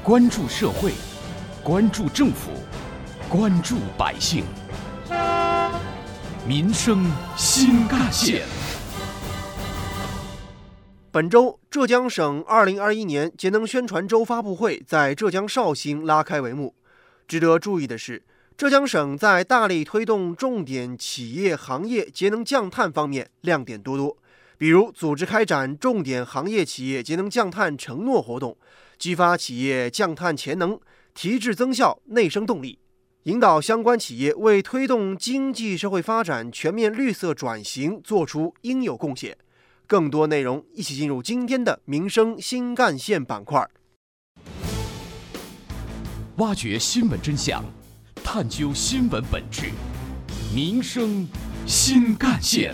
关注社会，关注政府，关注百姓，民生新干线。 本周，浙江省2021年节能宣传周发布会在浙江绍兴拉开帷幕。值得注意的是，浙江省在大力推动重点企业行业节能降碳方面亮点多多，比如组织开展重点行业企业节能降碳承诺活动，激发企业降碳潜能，提质增效，内生动力，引导相关企业为推动经济社会发展全面绿色转型做出应有贡献。更多内容一起进入今天的民生新干线板块， 挖掘新闻真相，探究新闻本质，民生新干线。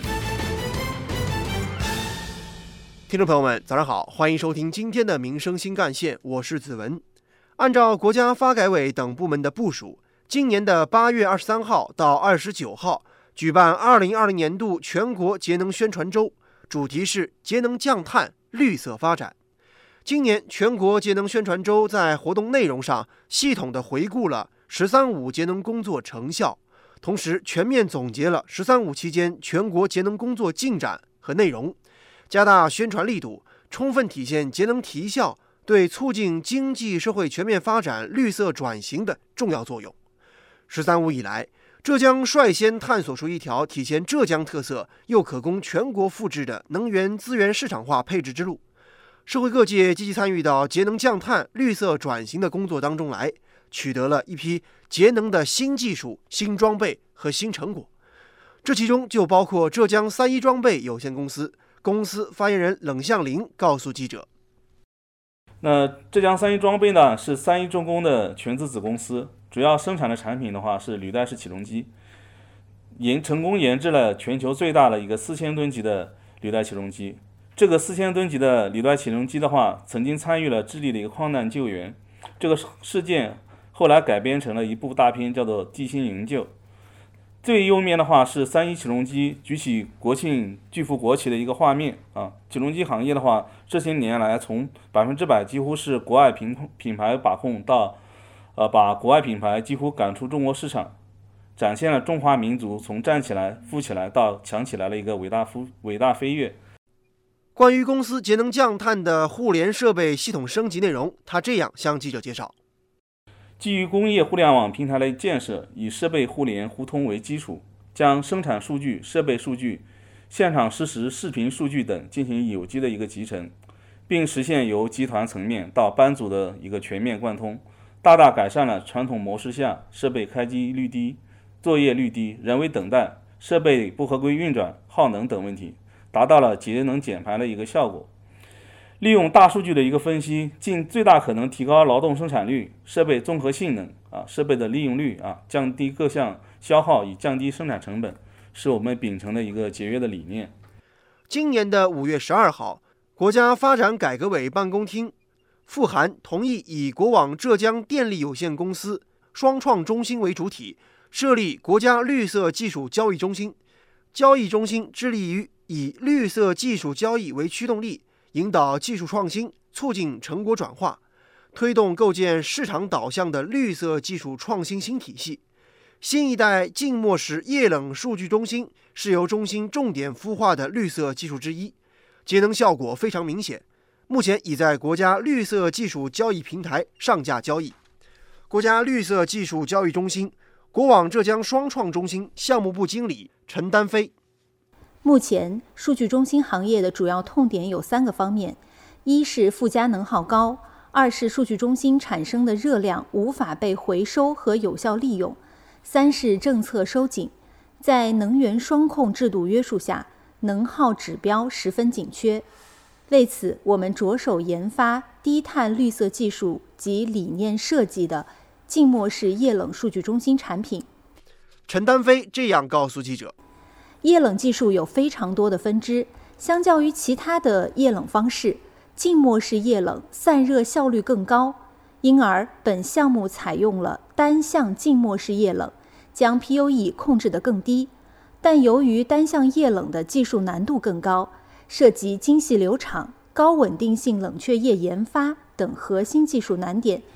听众朋友们，早上好，欢迎收听今天的民生新干线，我是子文。按照国家发改委等部门的部署，今年的8月23号到29号举办2020年度全国节能宣传周，主题是节能降碳、绿色发展。今年全国节能宣传周在活动内容上系统地回顾了“十三五”节能工作成效，同时全面总结了“十三五”期间全国节能工作进展和内容，加大宣传力度，充分体现节能提效对促进经济社会全面发展、绿色转型的重要作用。“十三五”以来，浙江率先探索出一条体现浙江特色又可供全国复制的能源资源市场化配置之路。社会各界积极参与到节能降碳、绿色转型的工作当中来，取得了一批节能的新技术、新装备和新成果。这其中就包括浙江3一装备有限公司，公司发言人冷向林告诉记者： 那浙江3一装备呢，是3一重工的全资子公司，主要生产的产品的话是履带式起重机，成功研制了全球最大的一个4000吨级的履带起重机。这个4000吨级的履带起重机的话，曾经参与了智利的一个矿难救援，这个事件后来改编成了一部大片，叫做《地心营救》。最右面的话是3一起重机举起国庆巨幅国旗的一个画面啊。起重机行业的话，这些年来从100%几乎是国外品牌把控到把国外品牌几乎赶出中国市场，展现了中华民族从站起来、富起来到强起来的一个伟大飞跃。 关于公司节能降碳的互联设备系统升级内容，他这样向记者介绍： 基于工业互联网平台的建设，以设备互联互通为基础，将生产数据、设备数据、现场实时视频数据等进行有机的一个集成，并实现由集团层面到班组的一个全面贯通，大大改善了传统模式下设备开机率低、作业率低、人为等待、设备不合规运转、耗能等问题，达到了节能减排的一个效果。利用大数据的一个分析，尽最大可能提高劳动生产率、设备综合性能设备的利用率降低各项消耗，以降低生产成本，是我们秉承的一个节约的理念。 今年的5月12号，国家发展改革委办公厅复函同意以国网浙江电力有限公司双创中心为主体，设立国家绿色技术交易中心。交易中心致力于以绿色技术交易为驱动力，引导技术创新，促进成果转化，推动构建市场导向的绿色技术创新新体系。新一代静默式液冷数据中心是由中心重点孵化的绿色技术之一，节能效果非常明显，目前已在国家绿色技术交易平台上架交易。国家绿色技术交易中心国网浙江双创中心项目部经理陈丹飞： 目前，数据中心行业的主要痛点有3个方面：一是附加能耗高，二是数据中心产生的热量无法被回收和有效利用，三是政策收紧。在能源双控制度约束下，能耗指标十分紧缺。为此，我们着手研发低碳绿色技术及理念设计的静默式液冷数据中心产品。 陈丹飞这样告诉记者： 液冷技术有非常多的分支，相较于其他的液冷方式，静默式液冷散热效率更高，因而本项目采用了单向静默式液冷，将 PUE 控制得更低。但由于单向液冷的技术难度更高，涉及精细流场、高稳定性冷却液研发等核心技术难点，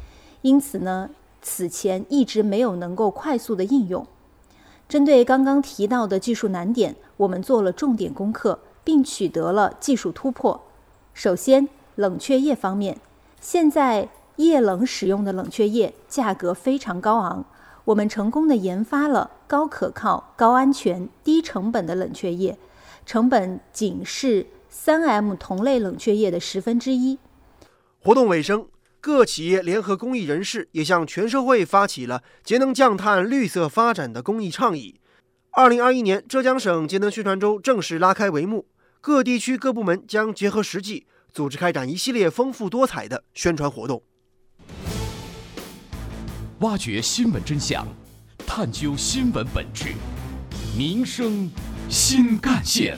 因此呢，此前一直没有能够快速的应用。针对刚刚提到的技术难点，我们做了重点功课，并取得了技术突破。首先，冷却液方面，现在液冷使用的冷却液价格非常高昂，我们成功的研发了高可靠、高安全、低成本的冷却液，成本仅是 3M 同类冷却液的1/10。 活动尾声，各企业联合公益人士也向全社会发起了节能降碳、绿色发展的公益倡议。2021年浙江省节能宣传周正式拉开帷幕，各地区各部门将结合实际，组织开展一系列丰富多彩的宣传活动。 挖掘新闻真相，探究新闻本质，民生新干线。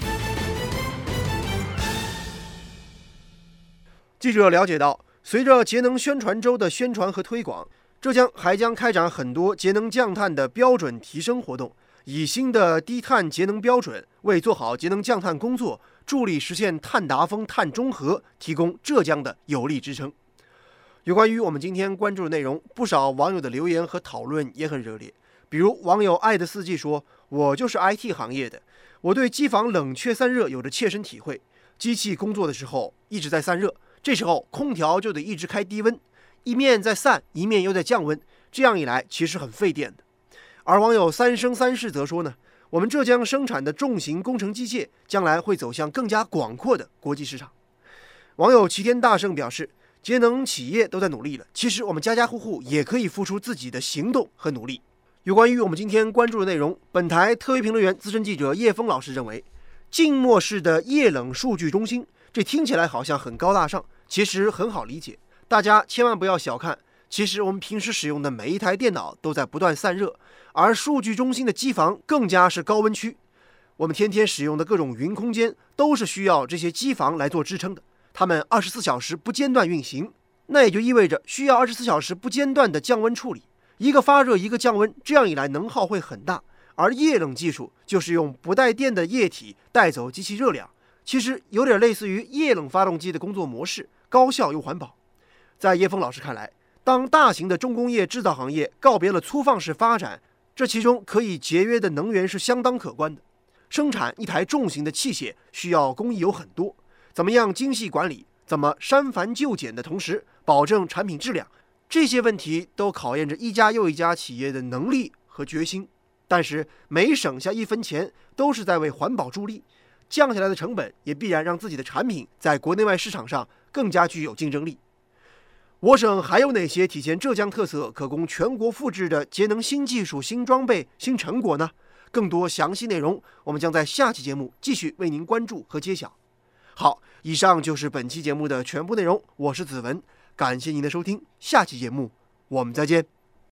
记者了解到，随着节能宣传周的宣传和推广，浙江还将开展很多节能降碳的标准提升活动，以新的低碳节能标准为做好节能降碳工作、助力实现碳达峰、碳中和提供浙江的有力支撑。有关于我们今天关注的内容，不少网友的留言和讨论也很热烈。比如网友爱的四季说：“我就是 IT 行业的，我对机房冷却散热有着切身体会。机器工作的时候一直在散热，这时候空调就得一直开低温，一面在散，一面又在降温，这样一来其实很费电的。”而网友三生三世则说呢：“我们浙江生产的重型工程机械将来会走向更加广阔的国际市场。”网友齐天大圣表示，节能企业都在努力了，其实我们家家户户也可以付出自己的行动和努力。有关于我们今天关注的内容，本台特约评论员、资深记者叶峰老师认为，静默式的液冷数据中心，这听起来好像很高大上，其实很好理解。大家千万不要小看，其实我们平时使用的每一台电脑都在不断散热，而数据中心的机房更加是高温区。我们天天使用的各种云空间都是需要这些机房来做支撑的，它们24小时不间断运行，那也就意味着需要24小时不间断的降温处理。一个发热一个降温，这样一来能耗会很大。而液冷技术就是用不带电的液体带走机器热量，其实有点类似于液冷发动机的工作模式，高效又环保。在叶峰老师看来，当大型的重工业制造行业告别了粗放式发展，这其中可以节约的能源是相当可观的。生产一台重型的器械需要工艺有很多，怎么样精细管理，怎么删繁就简的同时保证产品质量，这些问题都考验着一家又一家企业的能力和决心。但是每省下1分钱都是在为环保助力，降下来的成本也必然让自己的产品在国内外市场上更加具有竞争力。我省还有哪些体现浙江特色、可供全国复制的节能新技术、新装备、新成果呢？更多详细内容，我们将在下期节目继续为您关注和揭晓。好，以上就是本期节目的全部内容，我是子文，感谢您的收听，下期节目我们再见。